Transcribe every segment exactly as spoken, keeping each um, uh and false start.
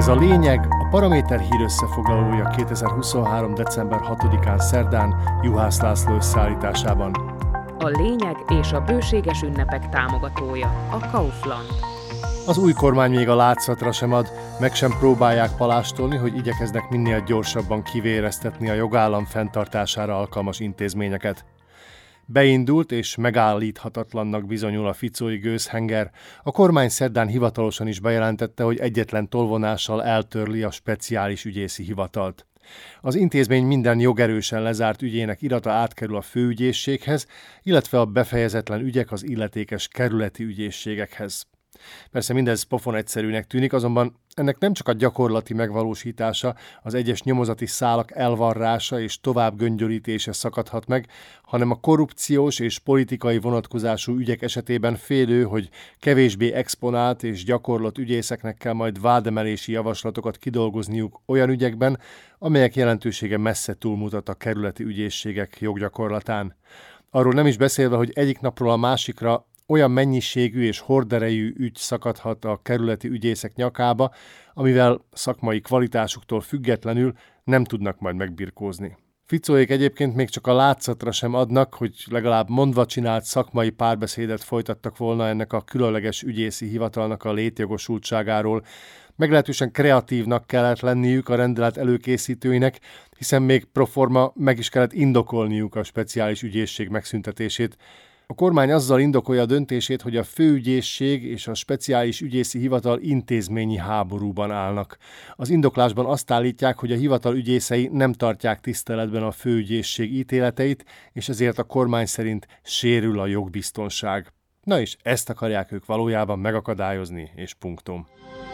Ez a lényeg, a Paraméter hír összefoglalója kétezer-huszonhárom. december hatodikán szerdán Juhász László összeállításában. A lényeg és a bőséges ünnepek támogatója, a Kaufland. Az új kormány még a látszatra sem ad, meg sem próbálják palástolni, hogy igyekeznek minél gyorsabban kivéreztetni a jogállam fenntartására alkalmas intézményeket. Beindult és megállíthatatlannak bizonyul a ficói gőzhenger. A kormány szerdán hivatalosan is bejelentette, hogy egyetlen tolvonással eltörli a speciális ügyészi hivatalt. Az intézmény minden jogerősen lezárt ügyének irata átkerül a főügyészséghez, illetve a befejezetlen ügyek az illetékes kerületi ügyészségekhez. Persze mindez pofon egyszerűnek tűnik, azonban ennek nem csak a gyakorlati megvalósítása, az egyes nyomozati szálak elvarrása és tovább göngyölítése szakadhat meg, hanem a korrupciós és politikai vonatkozású ügyek esetében félő, hogy kevésbé exponált és gyakorlott ügyészeknek kell majd vádemelési javaslatokat kidolgozniuk olyan ügyekben, amelyek jelentősége messze túlmutat a kerületi ügyészségek joggyakorlatán. Arról nem is beszélve, hogy egyik napról a másikra olyan mennyiségű és horderejű ügy szakadhat a kerületi ügyészek nyakába, amivel szakmai kvalitásuktól függetlenül nem tudnak majd megbirkózni. Ficóék egyébként még csak a látszatra sem adnak, hogy legalább mondva csinált szakmai párbeszédet folytattak volna ennek a különleges ügyészi hivatalnak a létjogosultságáról. Meglehetősen kreatívnak kellett lenniük a rendelet előkészítőinek, hiszen még proforma meg is kellett indokolniuk a speciális ügyészség megszüntetését. A kormány azzal indokolja a döntését, hogy a főügyészség és a speciális ügyészi hivatal intézményi háborúban állnak. Az indoklásban azt állítják, hogy a hivatal ügyészei nem tartják tiszteletben a főügyészség ítéleteit, és ezért a kormány szerint sérül a jogbiztonság. Na és ezt akarják ők valójában megakadályozni, és punktum.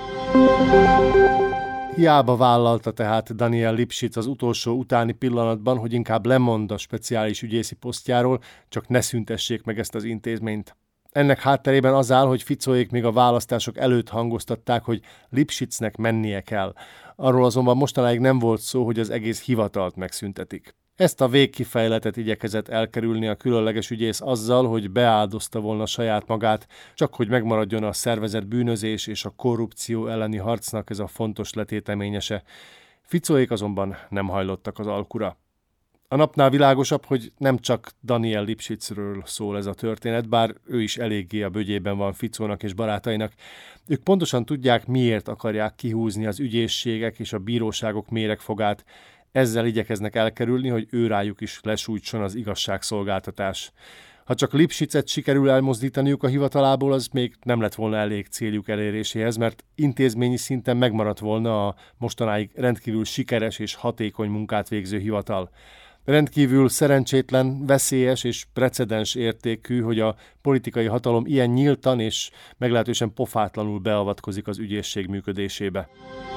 Hiába vállalta tehát Daniel Lipschitz az utolsó utáni pillanatban, hogy inkább lemond a speciális ügyészi posztjáról, csak ne szüntessék meg ezt az intézményt. Ennek hátterében az áll, hogy Ficóék még a választások előtt hangoztatták, hogy Lipschitznek mennie kell. Arról azonban mostanáig nem volt szó, hogy az egész hivatalt megszüntetik. Ezt a végkifejletet igyekezett elkerülni a különleges ügyész azzal, hogy beáldozta volna saját magát, csak hogy megmaradjon a szervezett bűnözés és a korrupció elleni harcnak ez a fontos letéteményese. Ficóék azonban nem hajlottak az alkura. A napnál világosabb, hogy nem csak Daniel Lipschitzről szól ez a történet, bár ő is eléggé a bögyében van Ficónak és barátainak. Ők pontosan tudják, miért akarják kihúzni az ügyészségek és a bíróságok méregfogát. Ezzel igyekeznek elkerülni, hogy őrájuk is lesújtson az igazságszolgáltatás. Ha csak Lipschitzet sikerül elmozdítaniuk a hivatalából, az még nem lett volna elég céljuk eléréséhez, mert intézményi szinten megmaradt volna a mostanáig rendkívül sikeres és hatékony munkát végző hivatal. Rendkívül szerencsétlen, veszélyes és precedens értékű, hogy a politikai hatalom ilyen nyíltan és meglehetősen pofátlanul beavatkozik az ügyészség működésébe.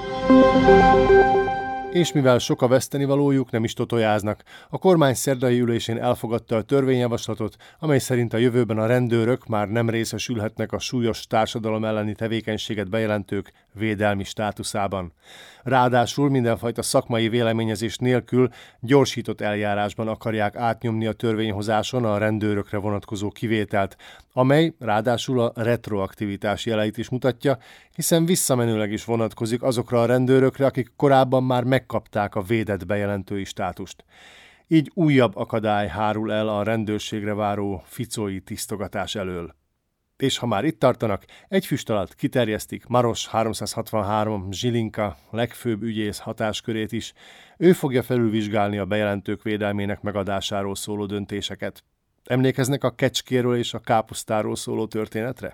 És mivel sok a vesztenivalójuk, nem is totojáznak. A kormány szerdai ülésén elfogadta a törvényjavaslatot, amely szerint a jövőben a rendőrök már nem részesülhetnek a súlyos társadalom elleni tevékenységet bejelentők védelmi státuszában. Ráadásul mindenfajta szakmai véleményezés nélkül gyorsított eljárásban akarják átnyomni a törvényhozáson a rendőrökre vonatkozó kivételt, amely ráadásul a retroaktivitás jeleit is mutatja, hiszen visszamenőleg is vonatkozik azokra a rendőrökre, akik korábban már megkapták a védett bejelentői státust. Így újabb akadály hárul el a rendőrségre váró ficói tisztogatás elől. És ha már itt tartanak, egy füst alatt kiterjesztik Maros háromszázhatvanhárom Zsilinka legfőbb ügyész hatáskörét is. Ő fogja felülvizsgálni a bejelentők védelmének megadásáról szóló döntéseket. Emlékeznek a kecskéről és a káposztáról szóló történetre?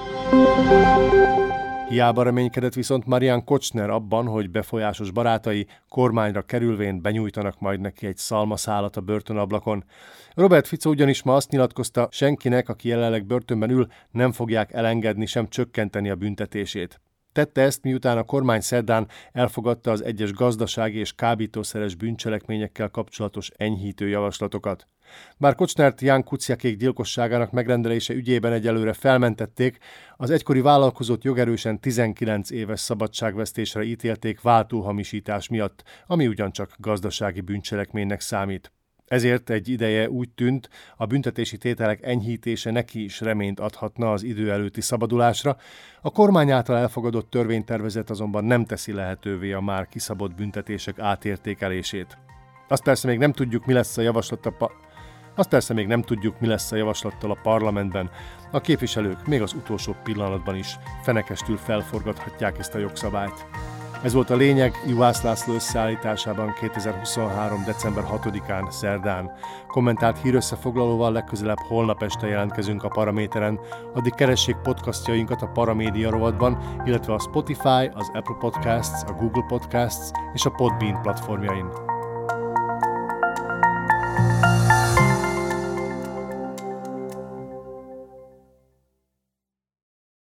Hiába reménykedett viszont Marian Kocsner abban, hogy befolyásos barátai kormányra kerülvén benyújtanak majd neki egy szalmaszálat a börtönablakon. Robert Fico ugyanis ma azt nyilatkozta, senkinek, aki jelenleg börtönben ül, nem fogják elengedni, sem csökkenteni a büntetését. Tette ezt, miután a kormány szerdán elfogadta az egyes gazdasági és kábítószeres bűncselekményekkel kapcsolatos enyhítő javaslatokat. Bár Kocznert Ján Kuciakék gyilkosságának megrendelése ügyében egyelőre felmentették, az egykori vállalkozót jogerősen tizenkilenc éves szabadságvesztésre ítélték váltóhamisítás miatt, ami ugyancsak gazdasági bűncselekménynek számít. Ezért egy ideje úgy tűnt, a büntetési tételek enyhítése neki is reményt adhatna az idő előtti szabadulásra, a kormány által elfogadott törvénytervezet azonban nem teszi lehetővé a már kiszabott büntetések átértékelését. Azt persze még nem tudjuk, mi lesz a javaslat a pa- Azt persze még nem tudjuk, mi lesz a javaslattal a parlamentben. A képviselők még az utolsó pillanatban is fenekestül felforgathatják ezt a jogszabályt. Ez volt a lényeg Juhász László összeállításában kétezer-huszonhárom. december hatodikán, szerdán. Kommentált hírösszefoglalóval legközelebb holnap este jelentkezünk a Paraméteren, addig keressék podcastjainkat a Paramédia rovatban, illetve a Spotify, az Apple Podcasts, a Google Podcasts és a Podbean platformjain.